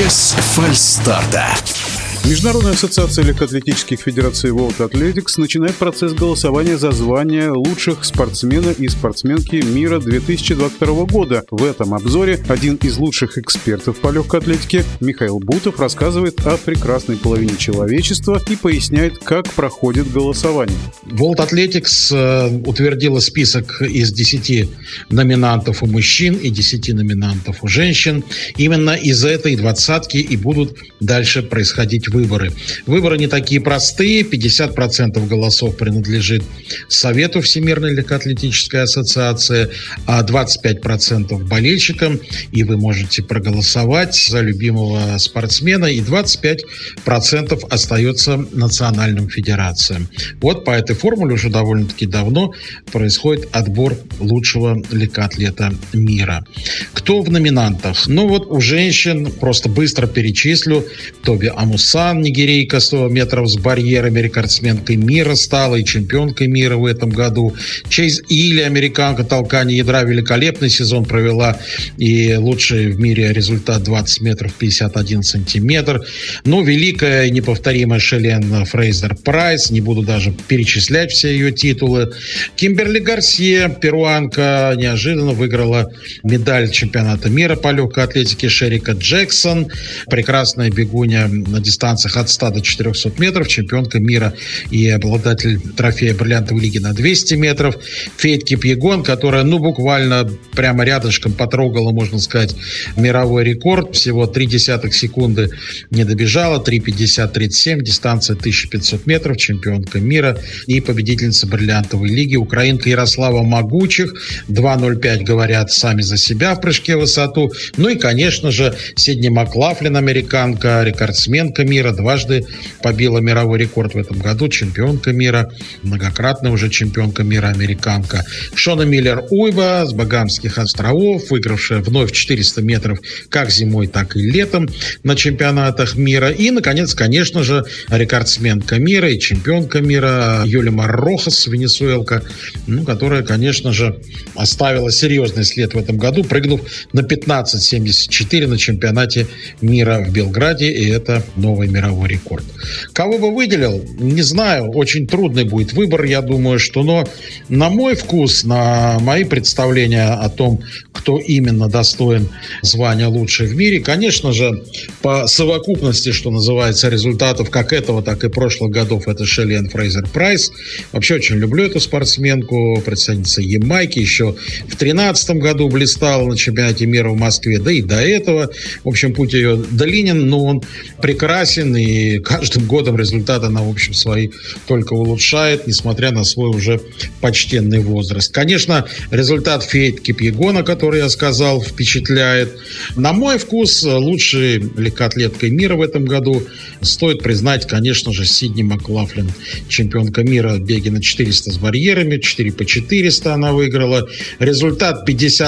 Без фальстарта. Международная ассоциация легкоатлетических федераций World Athletics начинает процесс голосования за звание лучших спортсмена и спортсменки мира 2022 года. В этом обзоре один из лучших экспертов по легкой атлетике Михаил Бутов рассказывает о прекрасной половине человечества и поясняет, как проходит голосование. World Athletics утвердила список из 10 номинантов у мужчин и 10 номинантов у женщин. Именно из этой двадцатки и будут дальше происходить выборы. Выборы не такие простые. 50% голосов принадлежит Совету Всемирной легкоатлетической ассоциации, а 25% болельщикам. И вы можете проголосовать за любимого спортсмена, и 25% остается национальным федерациям. Вот по этой формуле уже довольно-таки давно происходит отбор лучшего легкоатлета мира. Кто в номинантах? Ну вот у женщин просто быстро перечислю. Тоби Амусан, нигерийка, 100 метров с барьерами, рекордсменкой мира стала и чемпионкой мира в этом году. Чейз Илли, американка, толкание ядра, великолепный сезон провела, и лучший в мире результат 20 метров 51 сантиметр. Ну, великая и неповторимая Шелен Фрейзер Прайс, не буду даже перечислять все ее титулы. Кимберли Гарсия, перуанка, неожиданно выиграла медаль чемпионата мира по легкой атлетике. Шерика Джексон, прекрасная бегунья на дистанциях от 100 до 400 метров, чемпионка мира и обладатель трофея бриллиантовой лиги на 200 метров. Фейт Кипьегон, которая, буквально прямо рядышком потрогала, можно сказать, мировой рекорд. Всего 0,3 секунды не добежала. 3:50:37, дистанция 1500 метров, чемпионка мира и победительница бриллиантовой лиги. Украинка Ярослава Могучих. 2:05 говорят сами за себя в прыжке в высоту. Ну и, конечно же, Сидни Маклафлин, американка, рекордсменка мира, дважды побила мировой рекорд в этом году, чемпионка мира, многократная уже чемпионка мира, американка. Шона Миллер-Уйва с Багамских островов, выигравшая вновь 400 метров как зимой, так и летом на чемпионатах мира. И, наконец, конечно же, рекордсменка мира и чемпионка мира Юлимар Рохас, венесуэлка, которая, конечно же, оставила серьезный след в этом году, прыгнув на 15:74 на чемпионате мира в Белграде, и это новый мировой рекорд. Кого бы выделил? Не знаю. Очень трудный будет выбор, я думаю, что, но на мой вкус, на мои представления о том, кто именно достоин звания лучший в мире, конечно же, по совокупности, что называется, результатов как этого, так и прошлых годов, это Шелен Фрейзер Прайс. Вообще очень люблю эту спортсменку, представительница Ямайки. Еще в 2013 году блистала на чемпионате мира в Москве, да и до этого. В общем, путь ее длинен, но он прекрасен, и каждым годом результат она, в общем, свои только улучшает, несмотря на свой уже почтенный возраст. Конечно, результат Фейт Кипьегона, который я сказал, впечатляет. На мой вкус, лучшей легкоатлеткой мира в этом году стоит признать, конечно же, Сидни Маклафлин, чемпионка мира в беге на 400 с барьерами, 4x400 она выиграла. Результат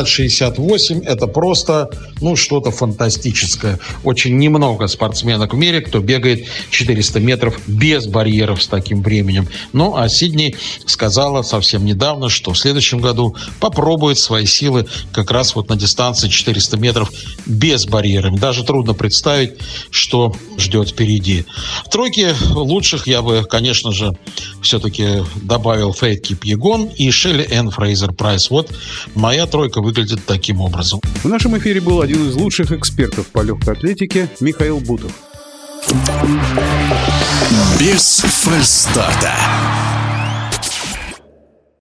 50-68, это просто, что-то фантастическое. Очень немного спортсменок в мире, кто бегает 400 метров без барьеров с таким временем. Ну, а Сидни сказала совсем недавно, что в следующем году попробует свои силы как раз вот на дистанции 400 метров без барьеров. Даже трудно представить, что ждет впереди. В тройке лучших я бы, конечно же, все-таки добавил Фейт Кипьегон и Шелли Энн Фрейзер Прайс. Вот моя тройка выглядит таким образом. В нашем эфире был один из лучших экспертов по легкой атлетике Михаил Бутов. Без фальстарта.